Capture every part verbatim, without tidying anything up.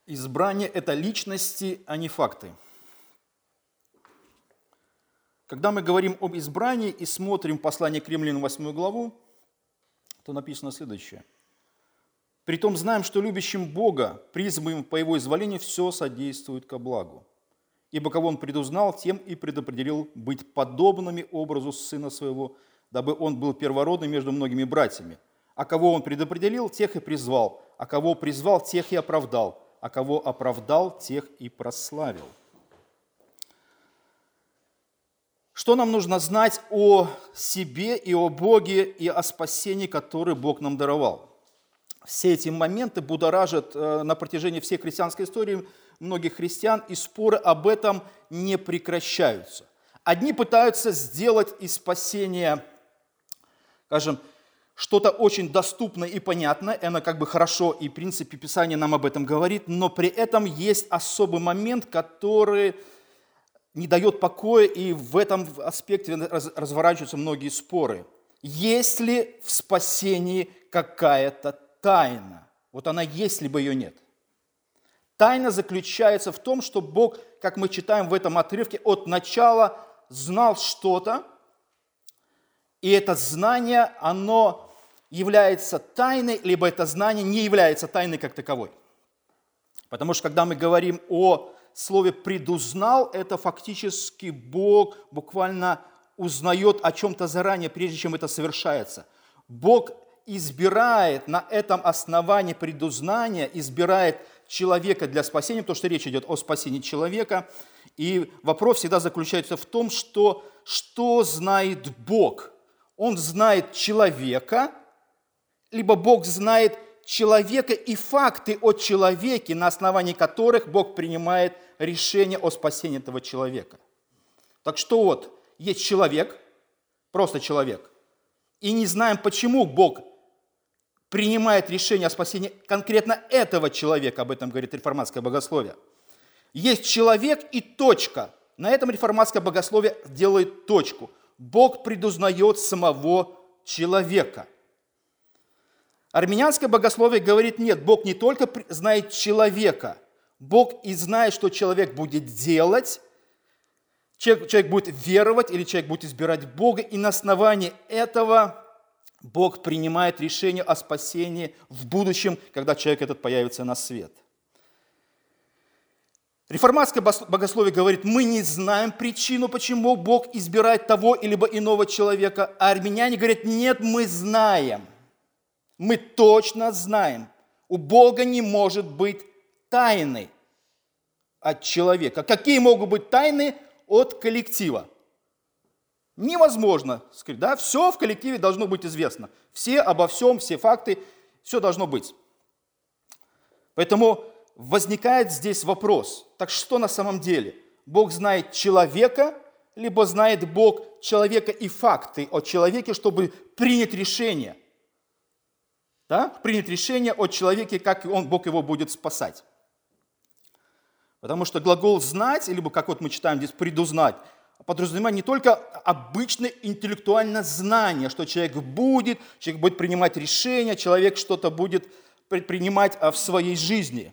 Избрание – это личности, а не факты. Когда мы говорим об избрании и смотрим послание к Римлянам восьмую главу, то написано следующее. «Притом знаем, что любящим Бога, призванным по Его изволению, все содействует ко благу. Ибо кого Он предузнал, тем и предопределил быть подобными образу Сына Своего, дабы Он был первородным между многими братьями. А кого Он предопределил, тех и призвал, а кого призвал, тех и оправдал, а кого оправдал, тех и прославил». Что нам нужно знать о себе и о Боге и о спасении, которое Бог нам даровал? Все эти моменты будоражат на протяжении всей христианской истории многих христиан, и споры об этом не прекращаются. Одни пытаются сделать из спасения, скажем, что-то очень доступное и понятное, и оно как бы хорошо, и в принципе Писание нам об этом говорит, но при этом есть особый момент, который не дает покоя, и в этом аспекте разворачиваются многие споры. Есть ли в спасении какая-то тайна? Вот она есть, либо ее нет. Тайна заключается в том, что Бог, как мы читаем в этом отрывке, от начала знал что-то, и это знание, оно является тайной, либо это знание не является тайной как таковой. Потому что когда мы говорим о слове «предузнал», это фактически Бог буквально узнает о чем-то заранее, прежде чем это совершается. Бог избирает на этом основании предузнания, избирает человека для спасения, потому что речь идет о спасении человека. И вопрос всегда заключается в том, что, что знает Бог. Он знает человека, либо Бог знает человека и факты о человеке, на основании которых Бог принимает решение о спасении этого человека. Так что вот, есть человек, просто человек, и не знаем, почему Бог принимает решение о спасении конкретно этого человека, об этом говорит реформатское богословие. Есть человек и точка. На этом реформатское богословие делает точку. Бог предузнает самого человека. Армянское богословие говорит, нет, Бог не только знает человека, Бог и знает, что человек будет делать, человек, человек будет веровать или человек будет избирать Бога, и на основании этого Бог принимает решение о спасении в будущем, когда человек этот появится на свет. Реформатское богословие говорит, мы не знаем причину, почему Бог избирает того или иного человека, а армяне говорят, нет, мы знаем. Мы точно знаем, у Бога не может быть тайны от человека. Какие могут быть тайны от коллектива? Невозможно сказать, да, все в коллективе должно быть известно. Все обо всем, все факты, все должно быть. Поэтому возникает здесь вопрос, так что на самом деле? Бог знает человека, либо знает Бог человека и факты о человеке, чтобы принять решение? Да? Принять решение о человеке, как он, Бог его будет спасать. Потому что глагол «знать», либо, как вот мы читаем здесь, «предузнать», подразумевает не только обычное интеллектуальное знание, что человек будет, человек будет принимать решения, человек что-то будет предпринимать в своей жизни.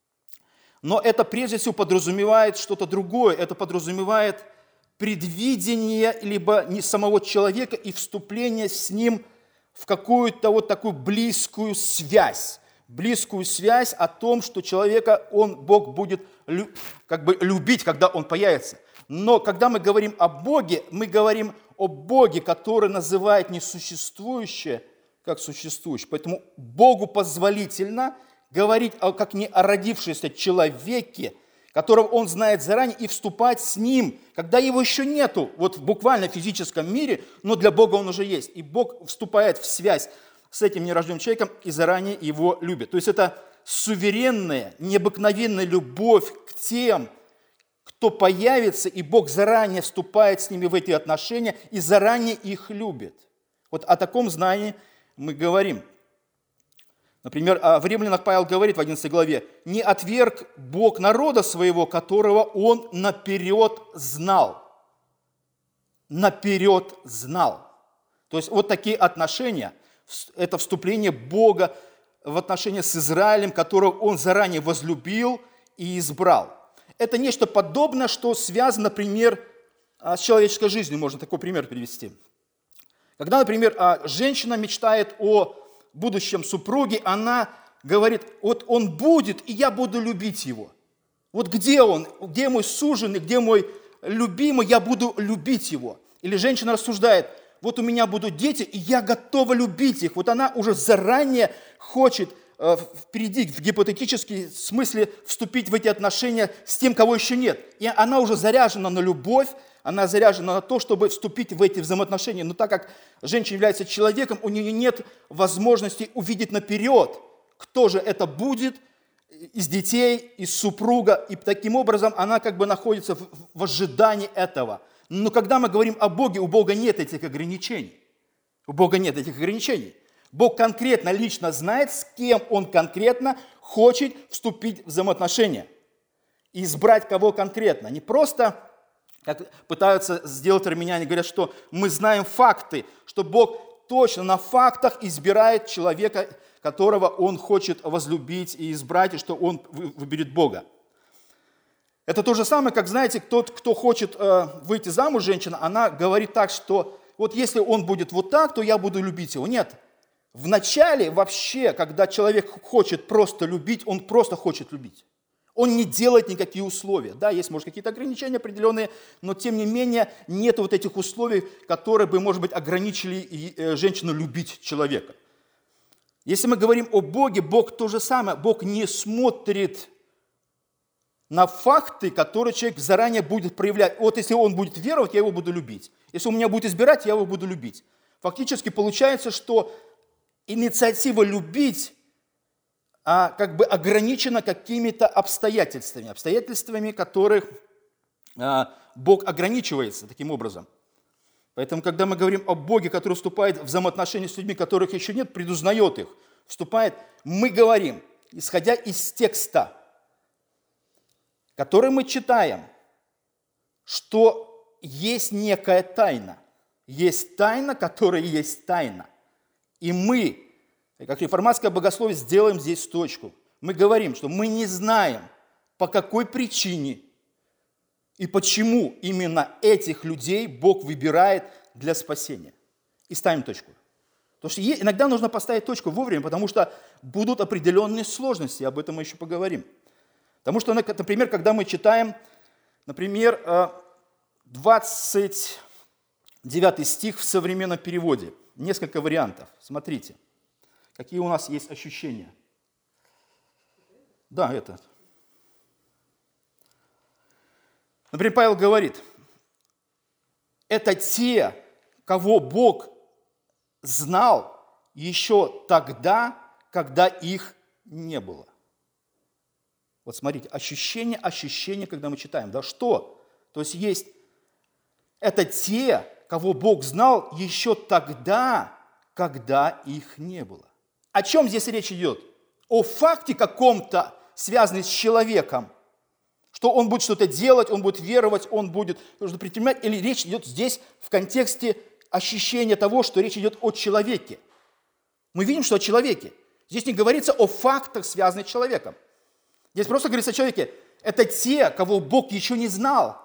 Но это прежде всего подразумевает что-то другое. Это подразумевает предвидение либо не самого человека и вступление с ним в какую-то вот такую близкую связь. Близкую связь о том, что человека он, Бог будет как бы любить, когда он появится. Но когда мы говорим о Боге, мы говорим о Боге, который называет несуществующее как существующее. Поэтому Богу позволительно говорить о, как не о родившемся человеке, которого он знает заранее, и вступать с ним, когда его еще нету, вот в буквально физическом мире, но для Бога он уже есть. И Бог вступает в связь с этим нерожденным человеком и заранее его любит. То есть это суверенная, необыкновенная любовь к тем, кто появится, и Бог заранее вступает с ними в эти отношения и заранее их любит. Вот о таком знании мы говорим. Например, в Римлянах Павел говорит в одиннадцатой главе, «Не отверг Бог народа своего, которого Он наперед знал». Наперед знал. То есть вот такие отношения, это вступление Бога в отношениях с Израилем, которого он заранее возлюбил и избрал. Это нечто подобное, что связано, например, с человеческой жизнью. Можно такой пример привести. Когда, например, женщина мечтает о будущем супруге, она говорит, вот он будет, и я буду любить его. Вот где он, где мой суженый, где мой любимый, я буду любить его. Или женщина рассуждает, вот у меня будут дети, и я готова любить их. Вот она уже заранее хочет э, впереди, в гипотетическом смысле, вступить в эти отношения с тем, кого еще нет. И она уже заряжена на любовь, она заряжена на то, чтобы вступить в эти взаимоотношения. Но так как женщина является человеком, у нее нет возможности увидеть наперед, кто же это будет из детей, из супруга. И таким образом она как бы находится в, в ожидании этого. Но когда мы говорим о Боге, у Бога нет этих ограничений. У Бога нет этих ограничений. Бог конкретно, лично знает, с кем Он конкретно хочет вступить в взаимоотношения. И избрать кого конкретно. Не просто, как пытаются сделать армяне, говорят, что мы знаем факты, что Бог точно на фактах избирает человека, которого Он хочет возлюбить и избрать, и что Он выберет Бога. Это то же самое, как, знаете, тот, кто хочет э, выйти замуж, женщина, она говорит так, что вот если он будет вот так, то я буду любить его. Нет. Вначале вообще, когда человек хочет просто любить, он просто хочет любить. Он не делает никакие условия. Да, есть, может, какие-то ограничения определенные, но, тем не менее, нет вот этих условий, которые бы, может быть, ограничили женщину любить человека. Если мы говорим о Боге, Бог то же самое. Бог не смотрит на факты, которые человек заранее будет проявлять. Вот если он будет веровать, я его буду любить. Если он меня будет избирать, я его буду любить. Фактически получается, что инициатива любить а, как бы ограничена какими-то обстоятельствами. Обстоятельствами, которых а, Бог ограничивается таким образом. Поэтому, когда мы говорим о Боге, который вступает в взаимоотношения с людьми, которых еще нет, предузнает их, вступает, мы говорим, исходя из текста, который мы читаем, что есть некая тайна. Есть тайна, которая есть тайна. И мы, как реформатское богословие, сделаем здесь точку. Мы говорим, что мы не знаем, по какой причине и почему именно этих людей Бог выбирает для спасения. И ставим точку. Потому что иногда нужно поставить точку вовремя, потому что будут определенные сложности, об этом мы еще поговорим. Потому что, например, когда мы читаем, например, двадцать девятый стих в современном переводе, несколько вариантов. Смотрите, какие у нас есть ощущения. Да, это. Например, Павел говорит, это те, кого Бог знал еще тогда, когда их не было. Вот смотрите, ощущение, ощущение, когда мы читаем. Да что? То есть есть, это те, кого Бог знал еще тогда, когда их не было. О чем здесь речь идет? О факте каком-то, связанном с человеком, что он будет что-то делать, он будет веровать, он будет что-то предпринимать, или речь идет здесь в контексте ощущения того, что речь идет о человеке. Мы видим, что о человеке. Здесь не говорится о фактах, связанных с человеком. Здесь просто говорится о человеке. Это те, кого Бог еще не знал.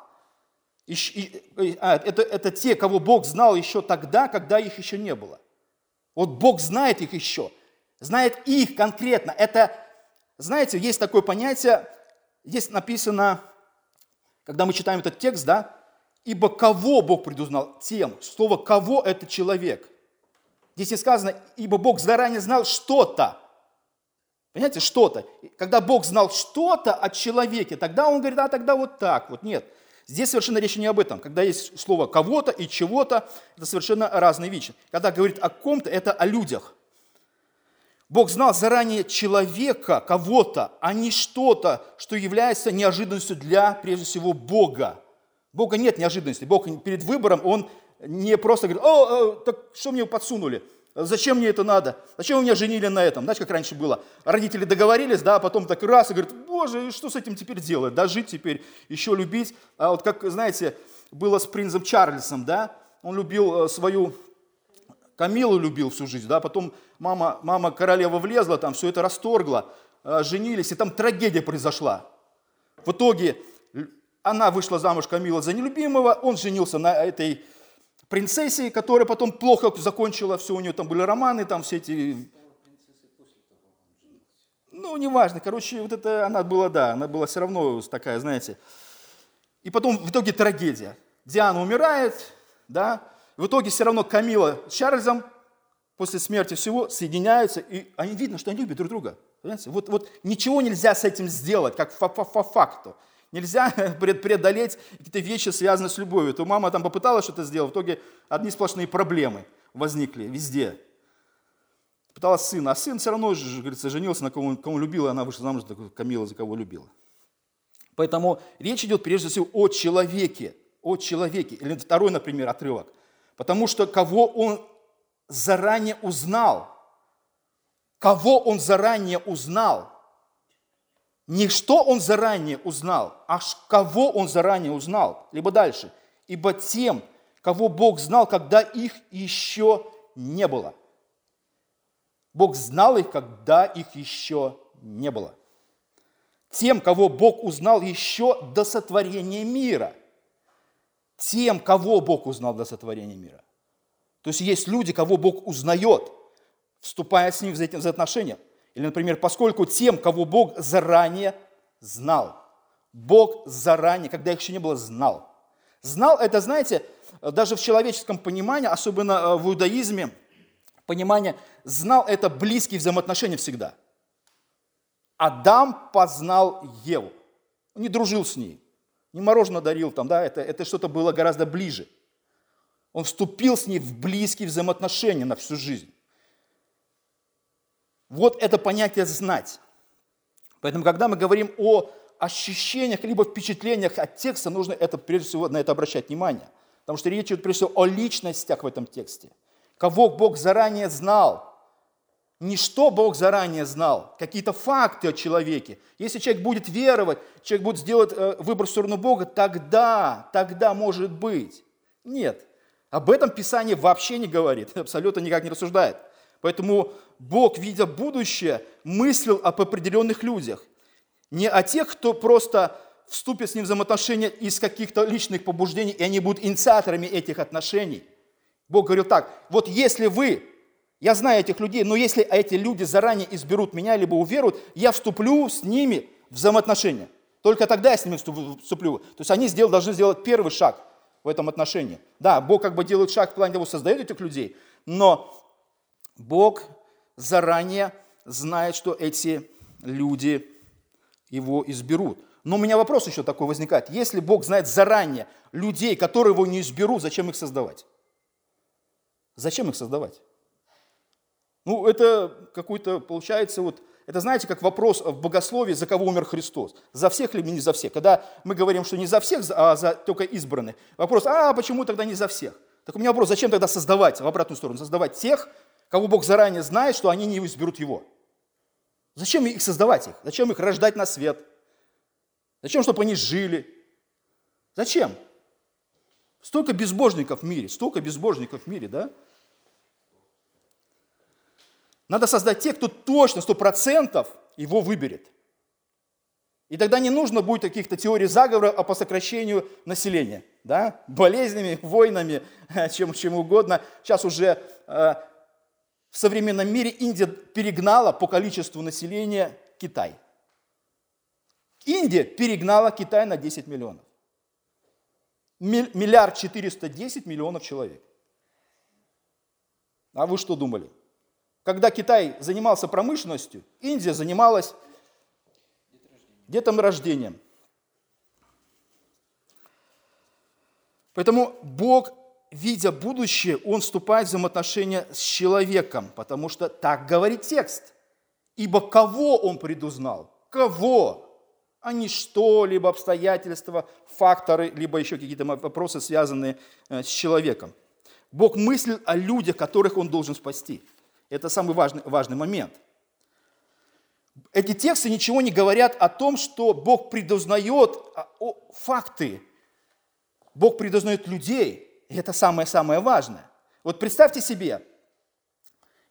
Это, это те, кого Бог знал еще тогда, когда их еще не было. Вот Бог знает их еще. Знает их конкретно. Это, знаете, есть такое понятие, здесь написано, когда мы читаем этот текст, да, ибо кого Бог предузнал? Тем. Слово «кого» – это человек. Здесь и сказано, ибо Бог заранее знал что-то. Понимаете, что-то. Когда Бог знал что-то о человеке, тогда Он говорит, а тогда вот так. Вот нет. Здесь совершенно речь не об этом. Когда есть слово «кого-то» и «чего-то», это совершенно разные вещи. Когда говорит о ком-то, это о людях. Бог знал заранее человека, кого-то, а не что-то, что является неожиданностью для, прежде всего, Бога. Бога нет неожиданности. Бог перед выбором, Он не просто говорит, о, о так что мне подсунули? Зачем мне это надо? Зачем вы меня женили на этом? Знаете, как раньше было? Родители договорились, да, а потом так раз и говорят, боже, что с этим теперь делать? Да, жить теперь, еще любить. А вот как, знаете, было с принцем Чарльзом, да, он любил свою Камилу любил всю жизнь, да, потом мама, мама королева влезла, там все это расторгла, женились, и там трагедия произошла. В итоге она вышла замуж, Камила, за нелюбимого, он женился на этой принцессе, которая потом плохо закончила, все, у нее там были романы, там все эти... Ну, неважно, короче, вот это она была, да, она была все равно такая, знаете. И потом в итоге трагедия. Диана умирает, да, в итоге все равно Камила с Чарльзом после смерти всего соединяются, и они видно, что они любят друг друга. Понимаете? Вот, вот ничего нельзя с этим сделать, как по, по, по факту. Нельзя преодолеть какие-то вещи, связанные с любовью. То мама там попыталась что-то сделать, в итоге одни сплошные проблемы возникли везде. Пыталась сына, а сын все равно, говорится, женился на кого, кого любила, она вышла замуж, Камила за кого любила. Поэтому речь идет прежде всего о человеке, о человеке. Или второй, например, отрывок. Потому что кого он заранее узнал, кого он заранее узнал, не что он заранее узнал, а кого он заранее узнал. Либо дальше. Ибо тем, кого Бог знал, когда их еще не было. Бог знал их, когда их еще не было. Тем, кого Бог узнал еще до сотворения мира. Тем, кого Бог узнал до сотворения мира. То есть есть люди, кого Бог узнает, вступая с ним в взаимоотношения. Или, например, поскольку тем, кого Бог заранее знал. Бог заранее, когда их еще не было, знал. Знал, это, знаете, даже в человеческом понимании, особенно в иудаизме, понимание, знал это близкие взаимоотношения всегда. Адам познал Еву. Он не дружил с ней. Не мороженое дарил там, да, это, это что-то было гораздо ближе. Он вступил с ней в близкие взаимоотношения на всю жизнь. Вот это понятие «знать». Поэтому, когда мы говорим о ощущениях, либо впечатлениях от текста, нужно это, прежде всего на это обращать внимание. Потому что речь идет, прежде всего, о личностях в этом тексте. Кого Бог заранее знал. Не что Бог заранее знал, какие-то факты о человеке. Если человек будет веровать, человек будет сделать выбор в сторону Бога, тогда, тогда может быть. Нет, об этом Писание вообще не говорит, абсолютно никак не рассуждает. Поэтому Бог, видя будущее, мыслил об определенных людях. Не о тех, кто просто вступит с ним в взаимоотношения из каких-то личных побуждений, и они будут инициаторами этих отношений. Бог говорил так, вот если вы, я знаю этих людей, но если эти люди заранее изберут меня, либо уверуют, я вступлю с ними в взаимоотношения. Только тогда я с ними вступлю. То есть они сделали, должны сделать первый шаг в этом отношении. Да, Бог как бы делает шаг в плане того, создает этих людей, но Бог заранее знает, что эти люди его изберут. Но у меня вопрос еще такой возникает. Если Бог знает заранее людей, которые его не изберут, зачем их создавать? Зачем их создавать? Ну, это какой-то, получается, вот, это, знаете, как вопрос в богословии, за кого умер Христос. За всех или не за всех? Когда мы говорим, что не за всех, а за только избранных. Вопрос, а почему тогда не за всех? Так у меня вопрос, зачем тогда создавать, в обратную сторону, создавать тех, кого Бог заранее знает, что они не изберут его? Зачем их создавать их? Зачем их рождать на свет? Зачем, чтобы они жили? Зачем? Столько безбожников в мире, столько безбожников в мире, да? Надо создать тех, кто точно, сто процентов его выберет. И тогда не нужно будет каких-то теорий заговора по сокращению населения. Да? Болезнями, войнами, чем, чем угодно. Сейчас уже э, в современном мире Индия перегнала по количеству населения Китай. Индия перегнала Китай на десять миллионов. Миллиард четыреста десять миллионов человек. А вы что думали? Когда Китай занимался промышленностью, Индия занималась деторождением. Поэтому Бог, видя будущее, Он вступает в взаимоотношения с человеком, потому что так говорит текст. Ибо кого Он предузнал? Кого? А не что-либо, обстоятельства, факторы, либо еще какие-то вопросы, связанные с человеком. Бог мыслит о людях, которых Он должен спасти. Это самый важный, важный момент. Эти тексты ничего не говорят о том, что Бог предузнает факты. Бог предузнает людей. И это самое-самое важное. Вот представьте себе,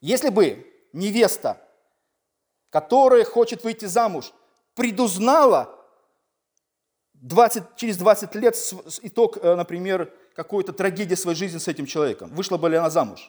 Если бы невеста, которая хочет выйти замуж, предузнала двадцать, через двадцать лет итог, например, какой-то трагедии своей жизни с этим человеком, вышла бы ли она замуж?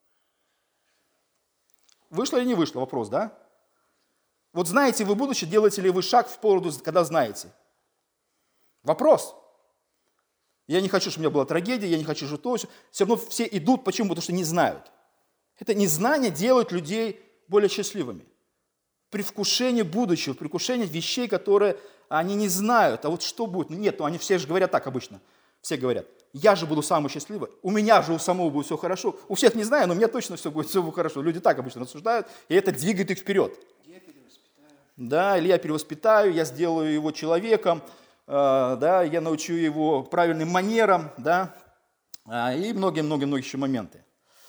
Вышла или не вышла? Вопрос, да? Вот знаете вы будущее, делаете ли вы шаг в породу, когда знаете? Вопрос. Я не хочу, чтобы у меня была трагедия, я не хочу, чтобы то, все равно все идут. Почему? Потому что не знают. Это незнание делает людей более счастливыми. Предвкушение будущего, предвкушение вещей, которые они не знают. А вот что будет? Нет, ну они все же говорят так обычно. Все говорят, я же буду самый счастливый, у меня же у самого будет все хорошо. У всех не знаю, но у меня точно все будет, все будет хорошо. Люди так обычно рассуждают, и это двигает их вперед. Я перевоспитаю. Да, или я перевоспитаю, я сделаю его человеком, э, да, я научу его правильным манерам, да, э, и многие-многие-многие еще моменты.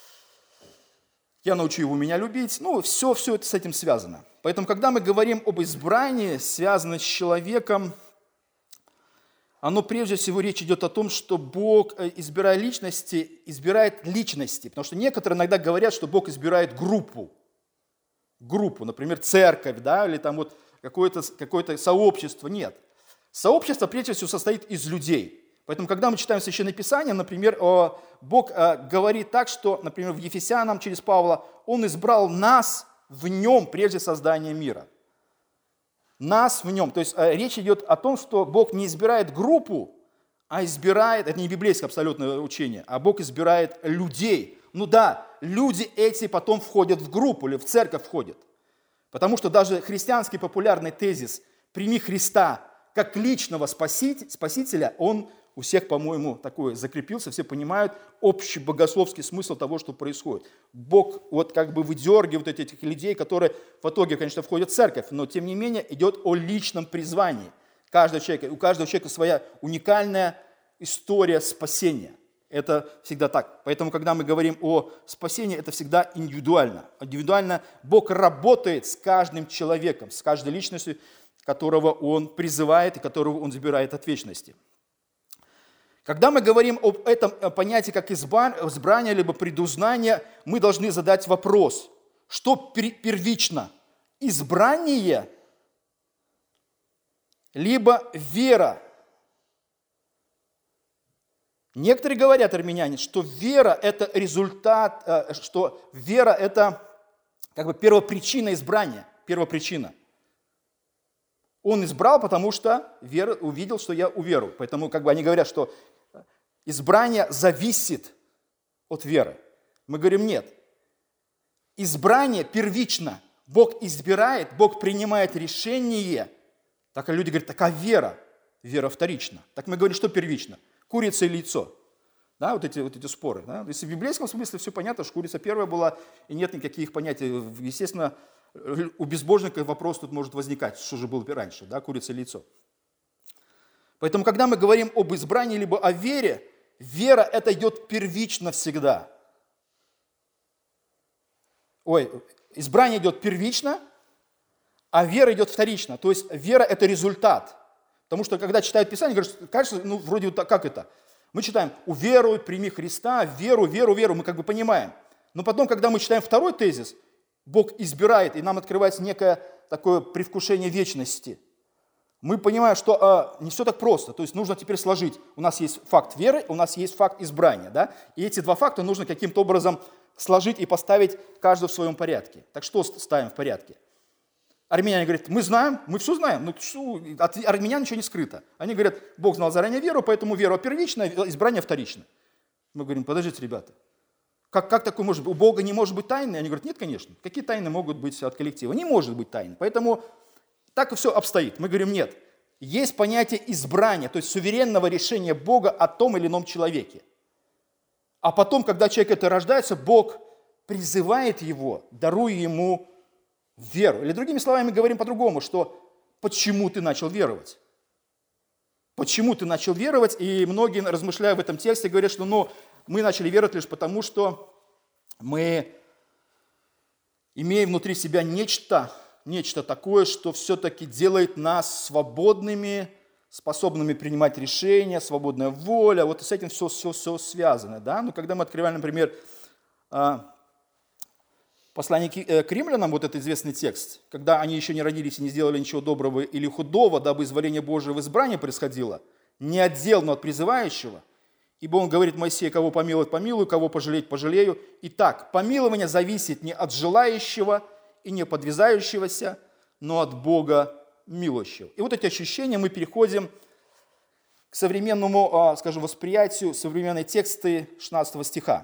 Я научу его меня любить. Ну, все, все это с этим связано. Поэтому, когда мы говорим об избрании, связанном с человеком, оно прежде всего речь идет о том, что Бог, избирая личности, избирает личности. Потому что некоторые иногда говорят, что Бог избирает группу. Группу, например, церковь, да, или там вот какое-то, какое-то сообщество. Нет. Сообщество прежде всего состоит из людей. Поэтому, когда мы читаем Священное Писание, например, Бог говорит так, что, например, в Ефесянам через Павла, Он избрал нас в Нем прежде создания мира. Нас в Нем. То есть речь идет о том, что Бог не избирает группу, а избирает, это не библейское абсолютное учение, а Бог избирает людей. Ну да, люди эти потом входят в группу или в церковь входят. Потому что даже христианский популярный тезис «прими Христа как личного спасителя», он у всех, по-моему, такой закрепился, все понимают общий богословский смысл того, что происходит. Бог вот как бы выдергивает этих людей, которые в итоге, конечно, входят в церковь, но тем не менее идет о личном призвании. Каждого человека, у каждого человека своя уникальная история спасения. Это всегда так. Поэтому, когда мы говорим о спасении, это всегда индивидуально. Индивидуально Бог работает с каждым человеком, с каждой личностью, которого Он призывает и которого Он забирает от вечности. Когда мы говорим об этом понятии как избрание либо предузнание, мы должны задать вопрос, что первично, избрание либо вера? Некоторые говорят, армяне, что вера – это результат, что вера – это как бы первопричина избрания, первопричина. Он избрал, потому что вера, увидел, что я уверую. Поэтому как бы они говорят, что избрание зависит от веры. Мы говорим, нет. Избрание первично. Бог избирает, Бог принимает решение. Так люди говорят, такая вера. Вера вторична. Так мы говорим, что первично? Курица или яйцо. Да, вот эти, вот эти споры. Да? Если в библейском смысле все понятно, что курица первая была, и нет никаких понятий. Естественно, у безбожника вопрос тут может возникать, что же было раньше, да, курица или яйцо. Поэтому, когда мы говорим об избрании либо о вере, вера это идет первично всегда. Ой, избрание идет первично, а вера идет вторично. То есть вера это результат. Потому что, когда читают Писание, говорят, кажется, ну, вроде вот так, как это? Мы читаем «уверуй, прими Христа», «веру, веру, веру», мы как бы понимаем. Но потом, когда мы читаем второй тезис, Бог избирает, и нам открывается некое такое предвкушение вечности. Мы понимаем, что а, не все так просто. То есть нужно теперь сложить. У нас есть факт веры, у нас есть факт избрания. Да? И эти два факта нужно каким-то образом сложить и поставить каждый в своем порядке. Так что ставим в порядке? Армяне говорят, мы знаем, мы все знаем. Ну, что, от армян ничего не скрыто. Они говорят, Бог знал заранее веру, поэтому вера первична, избрание вторично. Мы говорим, подождите, ребята. Как, как такое может быть? У Бога не может быть тайны? Они говорят, нет, конечно. Какие тайны могут быть от коллектива? Не может быть тайны. Поэтому так и все обстоит. Мы говорим, нет. Есть понятие избрания, то есть суверенного решения Бога о том или ином человеке. А потом, когда человек это рождается, Бог призывает его, даруя ему веру. Или другими словами мы говорим по-другому, что почему ты начал веровать? Почему ты начал веровать? И многие, размышляя в этом тексте, говорят, что ну, мы начали веровать лишь потому, что мы имеем внутри себя нечто, нечто такое, что все-таки делает нас свободными, способными принимать решения, свободная воля. Вот с этим все, все, все связано. Да? Но когда мы открываем, например, Послание к римлянам, вот этот известный текст, когда они еще не родились и не сделали ничего доброго или худого, дабы изволение Божие в избрании происходило, не от дел, но от призывающего. Ибо он говорит Моисею: кого помиловать, помилую, кого пожалеть, пожалею. Итак, помилование зависит не от желающего и не подвязающегося, но от Бога милующего. И вот эти ощущения мы переходим к современному, скажем, восприятию современной тексты шестнадцатого стиха.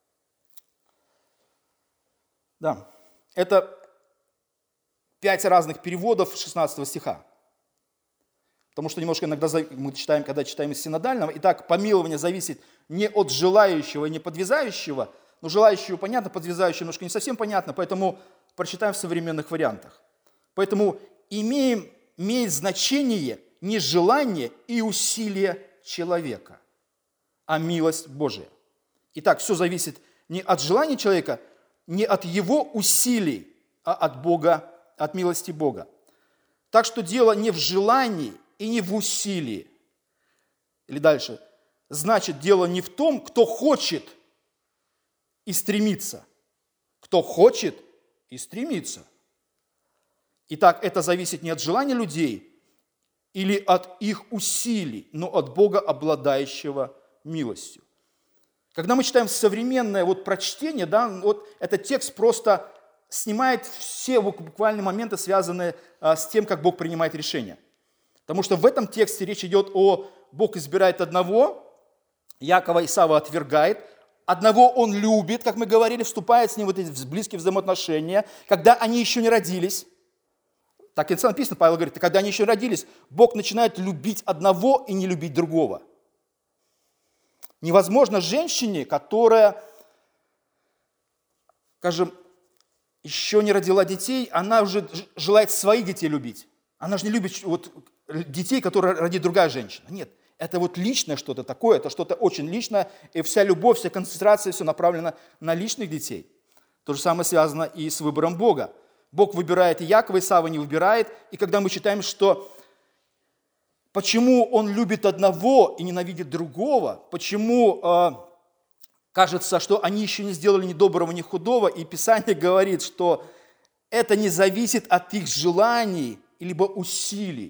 Да, это пять разных переводов шестнадцатого стиха. Потому что немножко иногда мы читаем, когда читаем из синодального. Итак, помилование зависит не от желающего и не подвязающего, но желающего понятно, подвязающего немножко не совсем понятно, поэтому прочитаем в современных вариантах. Поэтому имеем, имеет значение не желание и усилие человека, а милость Божия. Итак, все зависит не от желания человека, не от его усилий, а от Бога, от милости Бога. Так что дело не в желании и не в усилии. Или дальше. Значит, дело не в том, кто хочет и стремится. Кто хочет и стремится. Итак, это зависит не от желания людей или от их усилий, но от Бога, обладающего милостью. Когда мы читаем современное вот прочтение, да, вот этот текст просто снимает все буквальные моменты, связанные а, с тем, как Бог принимает решения. Потому что в этом тексте речь идет о Бог избирает одного, Якова Исава отвергает, одного он любит, как мы говорили, вступает с ним в эти близкие взаимоотношения, когда они еще не родились. Так и написано, Павел говорит, когда они еще не родились, Бог начинает любить одного и не любить другого. Невозможно женщине, которая, скажем, еще не родила детей, она уже желает своих детей любить. Она же не любит вот детей, которые родит другая женщина. Нет, это вот личное что-то такое, это что-то очень личное, и вся любовь, вся концентрация, все направлено на личных детей. То же самое связано и с выбором Бога. Бог выбирает и Якова, Исава не выбирает, и когда мы читаем, что почему он любит одного и ненавидит другого, почему э, кажется, что они еще не сделали ни доброго, ни худого, и Писание говорит, что это не зависит от их желаний, либо усилий,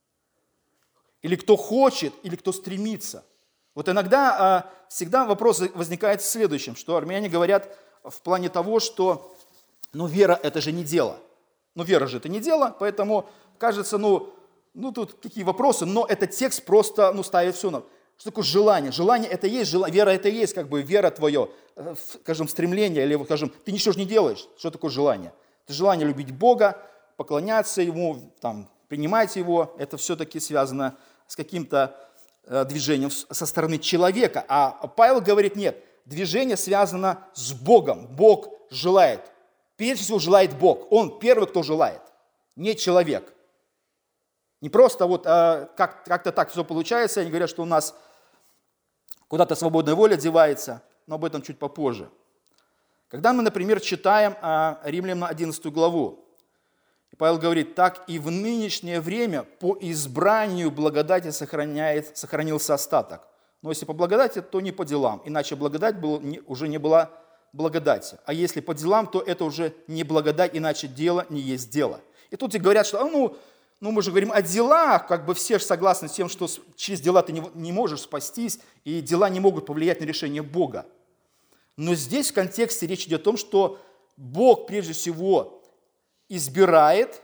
или кто хочет, или кто стремится. Вот иногда э, всегда вопрос возникает в следующем, что армяне говорят в плане того, что ну, вера – это же не дело. Ну, вера же – это не дело, поэтому кажется, ну, Ну, тут какие вопросы, но этот текст просто ну, ставит все на... Что такое желание? Желание – это есть, желание, вера – это есть, как бы вера твое, скажем, стремление, или, скажем, ты ничего же не делаешь. Что такое желание? Это желание любить Бога, поклоняться Ему, там, принимать Его. Это все-таки связано с каким-то э, движением со стороны человека. А Павел говорит, нет, движение связано с Богом. Бог желает. Прежде всего желает Бог. Он первый, кто желает, не человек. Не просто вот а, как, как-то так все получается, они говорят, что у нас куда-то свободная воля девается, но об этом чуть попозже. Когда мы, например, читаем а, Римлянам одиннадцатую главу, и Павел говорит, так и в нынешнее время по избранию благодати сохраняет, сохранился остаток. Но если по благодати, то не по делам, иначе благодать был, не, уже не была благодати. А если по делам, то это уже не благодать, иначе дело не есть дело. И тут и говорят, что ну, Ну, мы же говорим о делах, как бы все же согласны с тем, что через дела ты не, не можешь спастись, и дела не могут повлиять на решение Бога. Но здесь в контексте речь идет о том, что Бог прежде всего избирает,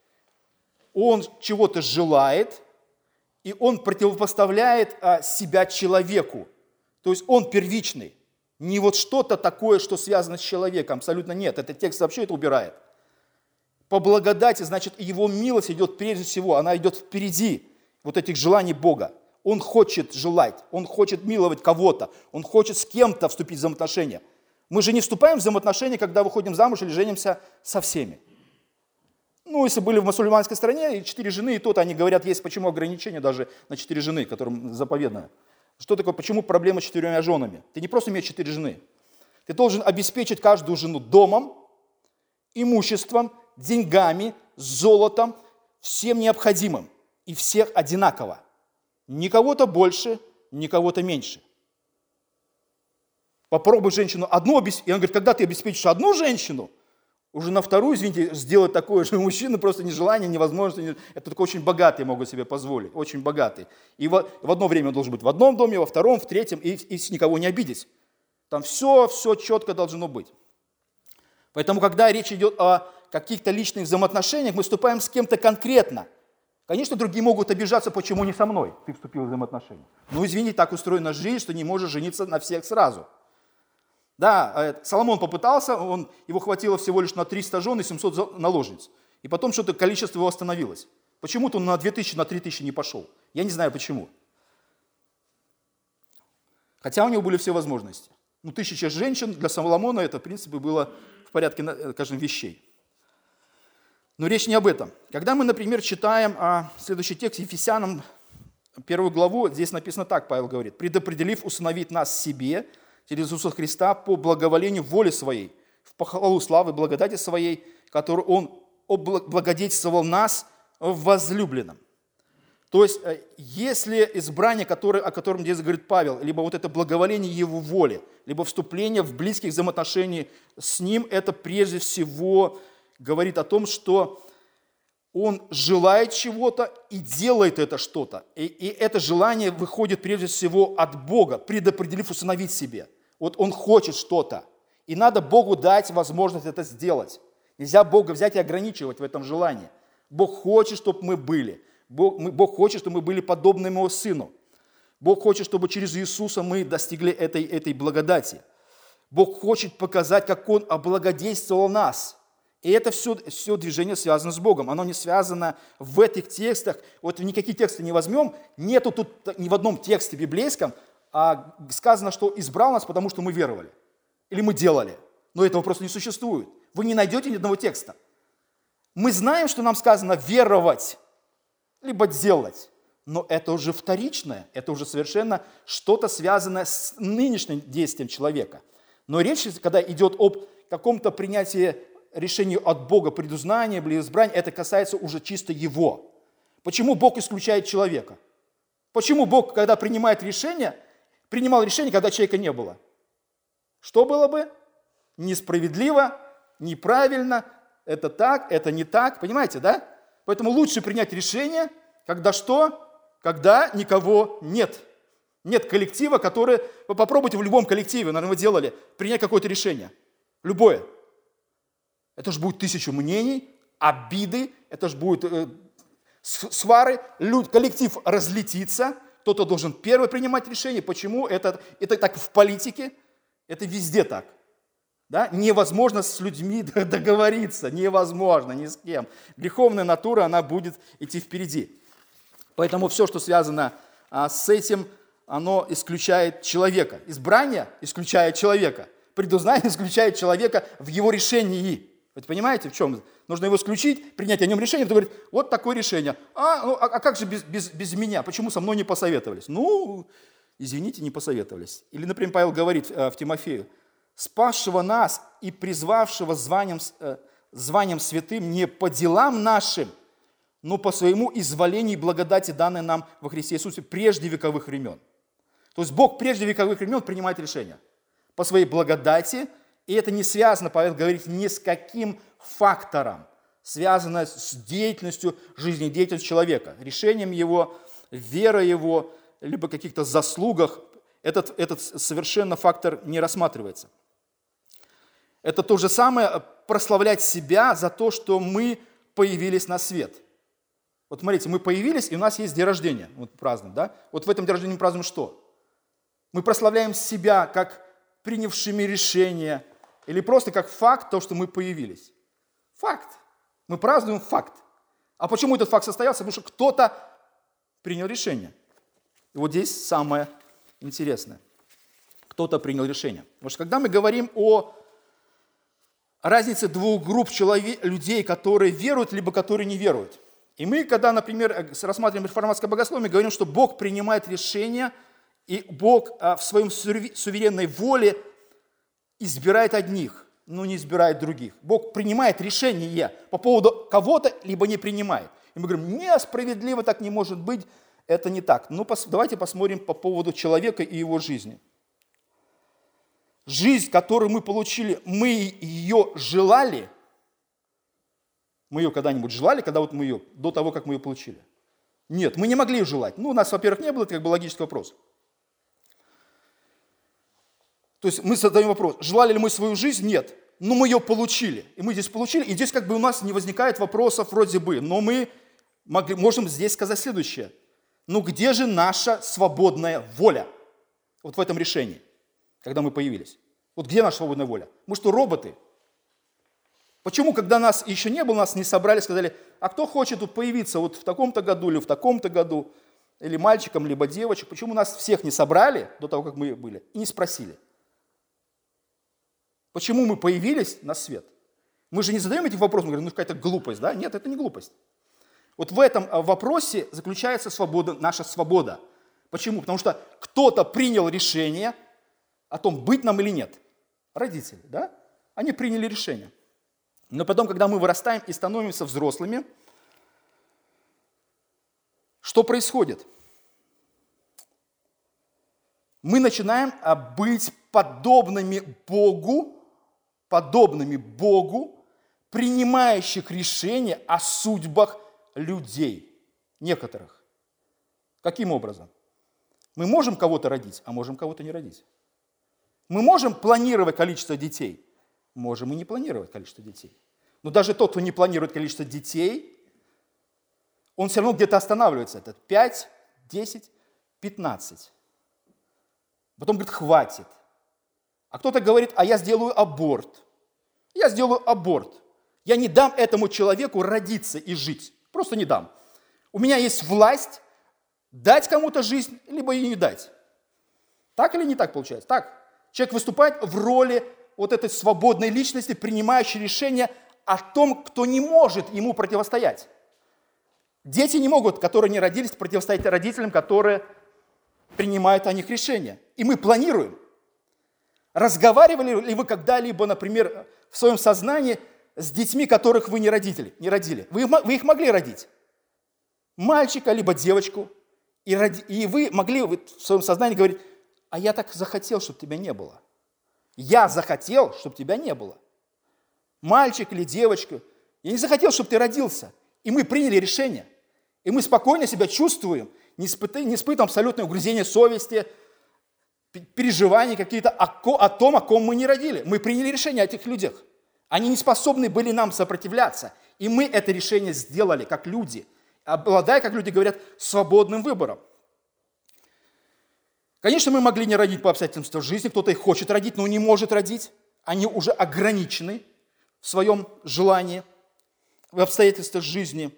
Он чего-то желает, и Он противопоставляет а, себя человеку. То есть Он первичный. Не вот что-то такое, что связано с человеком, абсолютно нет. Этот текст вообще это убирает. По благодати, значит, его милость идет прежде всего, она идет впереди вот этих желаний Бога. Он хочет желать, он хочет миловать кого-то, он хочет с кем-то вступить в взаимоотношения. Мы же не вступаем в взаимоотношения, когда выходим замуж или женимся со всеми. Ну, если были в мусульманской стране, и четыре жены, и тут они говорят, есть почему ограничения даже на четыре жены, которым заповедано. Что такое, почему проблема с четырьмя женами? Ты не просто имеешь четыре жены. Ты должен обеспечить каждую жену домом, имуществом, деньгами, золотом, всем необходимым. И всех одинаково. Ни кого-то больше, ни кого-то меньше. Попробуй женщину одну обеспечить. И он говорит, когда ты обеспечишь одну женщину, Уже на вторую, извините, сделать такое, что мужчина просто ни желания, ни возможности. Это только очень богатые могут себе позволить, очень богатые. И в, в одно время он должен быть в одном доме, во втором, в третьем, и, и никого не обидеть. Там все, все четко должно быть. Поэтому, когда речь идет о каких-то личных взаимоотношениях, мы вступаем с кем-то конкретно. Конечно, другие могут обижаться, почему не со мной ты вступил в взаимоотношения. Ну, извини, так устроена жизнь, что не можешь жениться на всех сразу. Да, Соломон попытался, он, его хватило всего лишь на триста жен и семьсот наложниц. И потом что-то количество его остановилось. Почему-то он на две тысячи, на три тысячи не пошел. Я не знаю почему. Хотя у него были все возможности. Ну, тысяча женщин для Соломона это, в принципе, было в порядке, скажем, вещей. Но речь не об этом. Когда мы, например, читаем а, следующий текст Ефесянам, первую главу, здесь написано так, Павел говорит: «Предопределив усыновить нас себе через Иисуса Христа по благоволению воли своей, в похвалу славы благодати своей, которую Он облагодетельствовал нас в возлюбленном». То есть, если избрание, которое, о котором здесь говорит Павел, либо вот это благоволение Его воли, либо вступление в близких взаимоотношений с Ним, это прежде всего говорит о том, что Он желает чего-то и делает это что-то. И, и это желание выходит прежде всего от Бога, предопределив усыновить себе. Вот Он хочет что-то. И надо Богу дать возможность это сделать. Нельзя Бога взять и ограничивать в этом желании. Бог хочет, чтобы мы были. Бог, мы, Бог хочет, чтобы мы были подобны Его Сыну. Бог хочет, чтобы через Иисуса мы достигли этой, этой благодати. Бог хочет показать, как Он облагодетельствовал нас. И это все, все движение связано с Богом. Оно не связано в этих текстах. Вот никакие тексты не возьмем. Нету тут ни в одном тексте библейском а сказано, что избрал нас, потому что мы веровали. Или мы делали. Но этого просто не существует. Вы не найдете ни одного текста. Мы знаем, что нам сказано веровать, либо делать. Но это уже вторичное. Это уже совершенно что-то связанное с нынешним действием человека. Но речь, когда идет об каком-то принятии решения от Бога, предузнания, или избрания, это касается уже чисто Его. Почему Бог исключает человека? Почему Бог, когда принимает решение, принимал решение, когда человека не было? Что было бы? Несправедливо, неправильно, это так, это не так, понимаете, да? Поэтому лучше принять решение, когда что? Когда никого нет. Нет коллектива, который... Вы попробуйте в любом коллективе, наверное, вы делали, принять какое-то решение. Любое. Это же будет тысячу мнений, обиды, это же будет э, свары, люд, коллектив разлетится, кто-то должен первый принимать решение. Почему? Это, это так в политике, это везде так. Да? Невозможно с людьми договориться, невозможно ни с кем. Греховная натура, она будет идти впереди. Поэтому все, что связано а, с этим, оно исключает человека. Избрание исключает человека. Предузнание исключает человека в его решении. Вы понимаете, в чем? Нужно его исключить, принять о нем решение, потом говорит, вот такое решение. А, ну, а, а как же без, без, без меня? Почему со мной не посоветовались? Ну, извините, не посоветовались. Или, например, Павел говорит э, в Тимофею, спасшего нас и призвавшего званием, э, званием святым не по делам нашим, но по своему изволению и благодати, данной нам во Христе Иисусе прежде вековых времен. То есть Бог прежде вековых времен принимает решения по своей благодати. И это не связано, Павел говорит, ни с каким фактором, связано с деятельностью, жизнедеятельностью человека, решением его, верой его, либо каких-то заслугах. Этот, этот совершенно фактор не рассматривается. Это то же самое прославлять себя за то, что мы появились на свет. Вот смотрите, мы появились, и у нас есть день рождения, вот празднуем, да? Вот в этом день рождения мы празднуем что? Мы прославляем себя как принявшими решения, или просто как факт того, что мы появились. Факт. Мы празднуем факт. А почему этот факт состоялся? Потому что кто-то принял решение. И вот здесь самое интересное. Кто-то принял решение. Потому что когда мы говорим о разнице двух групп человек, людей, которые веруют, либо которые не веруют. И мы, когда, например, рассматриваем реформатское богословие, мы говорим, что Бог принимает решения, и Бог в своем суверенной воле избирает одних, но не избирает других. Бог принимает решение по поводу кого-то, либо не принимает. И мы говорим, несправедливо, так не может быть, это не так. Ну, пос, давайте посмотрим по поводу человека и его жизни. Жизнь, которую мы получили, мы ее желали, Мы ее когда-нибудь желали, когда вот мы ее, до того, как мы ее получили? Нет, мы не могли ее желать. Ну, у нас, во-первых, не было, это как бы логический вопрос. То есть мы задаем вопрос, желали ли мы свою жизнь? Нет. Но мы ее получили. И мы здесь получили, и здесь как бы у нас не возникает вопросов вроде бы. Но мы могли, можем здесь сказать следующее. Ну где же наша свободная воля? Вот в этом решении, когда мы появились. Вот где наша свободная воля? Мы что, роботы? Почему, когда нас еще не было, нас не собрали, сказали, а кто хочет тут появиться вот в таком-то году или в таком-то году, или мальчиком, либо девочек, почему нас всех не собрали до того, как мы были, и не спросили? Почему мы появились на свет? Мы же не задаем этих вопросов, мы говорим, ну какая-то глупость, да? Нет, это не глупость. Вот в этом вопросе заключается свобода, наша свобода. Почему? Потому что кто-то принял решение о том, быть нам или нет. Родители, да? Они приняли решение. Но потом, когда мы вырастаем и становимся взрослыми, что происходит? Мы начинаем быть подобными Богу, подобными Богу, принимающих решения о судьбах людей, некоторых. Каким образом? Мы можем кого-то родить, а можем кого-то не родить. Мы можем планировать количество детей, можем и не планировать количество детей. Но даже тот, кто не планирует количество детей, он все равно где-то останавливается. Это пять, десять, пятнадцать. Потом говорит, хватит. А кто-то говорит, а я сделаю аборт. Я сделаю аборт. Я не дам этому человеку родиться и жить. Просто не дам. У меня есть власть дать кому-то жизнь, либо и не дать. Так или не так получается? Так. Человек выступает в роли вот этой свободной личности, принимающей решения о том, кто не может ему противостоять. Дети не могут, которые не родились, противостоять родителям, которые принимают о них решения. И мы планируем. Разговаривали ли вы когда-либо, например, в своем сознании с детьми, которых вы не родили? Не родили? Вы, вы их могли родить? Мальчика, либо девочку. И, роди, и вы могли в своем сознании говорить, а я так захотел, чтобы тебя не было. Я захотел, чтобы тебя не было. Мальчик или девочка, я не захотел, чтобы ты родился. И мы приняли решение. И мы спокойно себя чувствуем, не испытываем, не испытываем абсолютное угрызение совести, переживания какие-то о, о том, о ком мы не родили. Мы приняли решение о этих людях. Они не способны были нам сопротивляться. И мы это решение сделали, как люди, обладая, как люди говорят, свободным выбором. Конечно, мы могли не родить по обстоятельствам жизни, кто-то их хочет родить, но не может родить. Они уже ограничены в своем желании, в обстоятельствах жизни.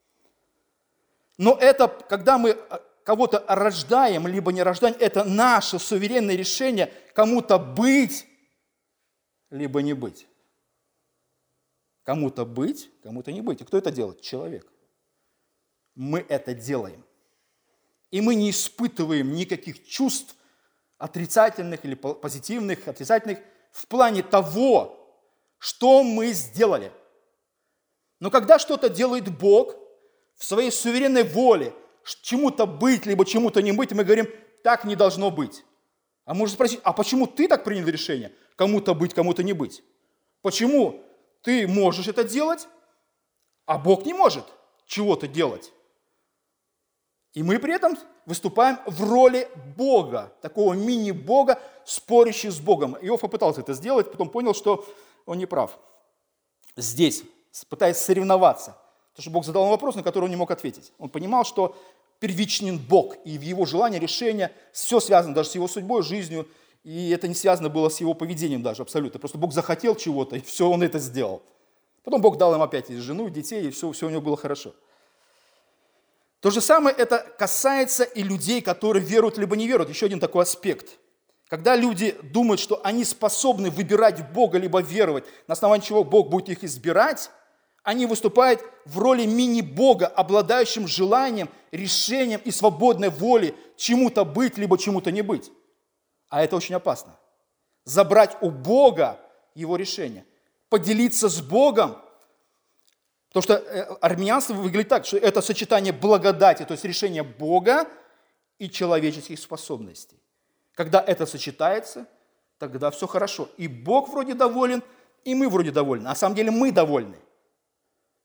Но это, когда мы кого-то рождаем, либо не рождаем, это наше суверенное решение кому-то быть, либо не быть. Кому-то быть, кому-то не быть. И кто это делает? Человек. Мы это делаем. И мы не испытываем никаких чувств отрицательных или позитивных, отрицательных в плане того, что мы сделали. Но когда что-то делает Бог в своей суверенной воле, чему-то быть, либо чему-то не быть, мы говорим, так не должно быть. А можно спросить, а почему ты так принял решение? Кому-то быть, кому-то не быть. Почему ты можешь это делать, а Бог не может чего-то делать? И мы при этом выступаем в роли Бога, такого мини-Бога, спорящего с Богом. Иов попытался это сделать, потом понял, что он не прав. Здесь, пытаясь соревноваться, потому что Бог задал ему вопрос, на который он не мог ответить. Он понимал, что первичен Бог, и в его желании, решения, все связано даже с его судьбой, жизнью, и это не связано было с его поведением даже абсолютно. Просто Бог захотел чего-то, и все, он это сделал. Потом Бог дал им опять и жену, и детей, и все, все у него было хорошо. То же самое это касается и людей, которые веруют либо не веруют. Еще один такой аспект. Когда люди думают, что они способны выбирать Бога, либо веровать, на основании чего Бог будет их избирать, они выступают в роли мини-Бога, обладающим желанием, решением и свободной волей чему-то быть, либо чему-то не быть. А это очень опасно. Забрать у Бога его решение, поделиться с Богом. Потому что армянство выглядит так, что это сочетание благодати, то есть решения Бога и человеческих способностей. Когда это сочетается, тогда все хорошо. И Бог вроде доволен, и мы вроде довольны. На самом деле мы довольны.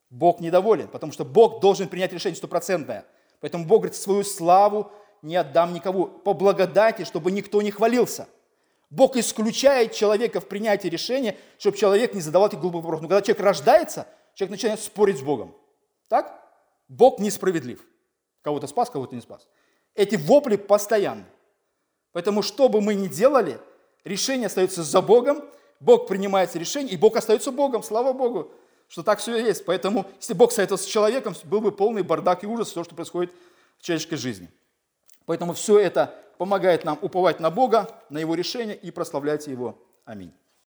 Бог недоволен, потому что Бог должен принять решение стопроцентное. Поэтому Бог говорит, свою славу не отдам никому, по благодати, чтобы никто не хвалился. Бог исключает человека в принятии решения, чтобы человек не задавал этих глупых вопросов. Но когда человек рождается, человек начинает спорить с Богом. Так? Бог несправедлив. Кого-то спас, кого-то не спас. Эти вопли постоянны. Поэтому, что бы мы ни делали, решение остается за Богом, Бог принимает решение, и Бог остается Богом. Слава Богу, что так все и есть. Поэтому, если Бог советовал с человеком, был бы полный бардак и ужас, то, что происходит в человеческой жизни. Поэтому все это помогает нам уповать на Бога, на Его решение и прославлять Его. Аминь.